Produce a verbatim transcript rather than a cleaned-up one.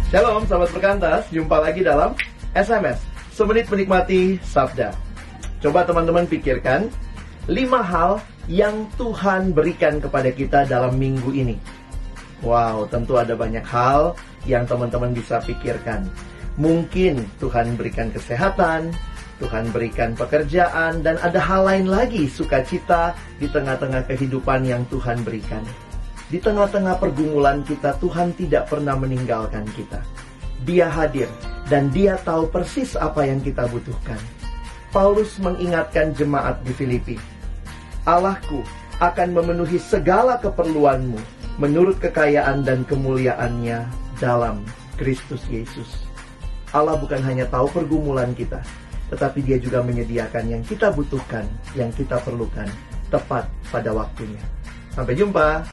Shalom sahabat perkantas, jumpa lagi dalam S M S Semenit Menikmati Sabda. Coba teman-teman pikirkan lima hal yang Tuhan berikan kepada kita dalam minggu ini. Wow, tentu ada banyak hal yang teman-teman bisa pikirkan. Mungkin Tuhan berikan kesehatan, Tuhan berikan pekerjaan, dan ada hal lain lagi, sukacita di tengah-tengah kehidupan yang Tuhan berikan. Di tengah-tengah pergumulan kita, Tuhan tidak pernah meninggalkan kita. Dia hadir, dan Dia tahu persis apa yang kita butuhkan. Paulus mengingatkan jemaat di Filipi, Allahku akan memenuhi segala keperluanmu menurut kekayaan dan kemuliaannya dalam Kristus Yesus. Allah bukan hanya tahu pergumulan kita, tetapi Dia juga menyediakan yang kita butuhkan, yang kita perlukan, tepat pada waktunya. Sampai jumpa.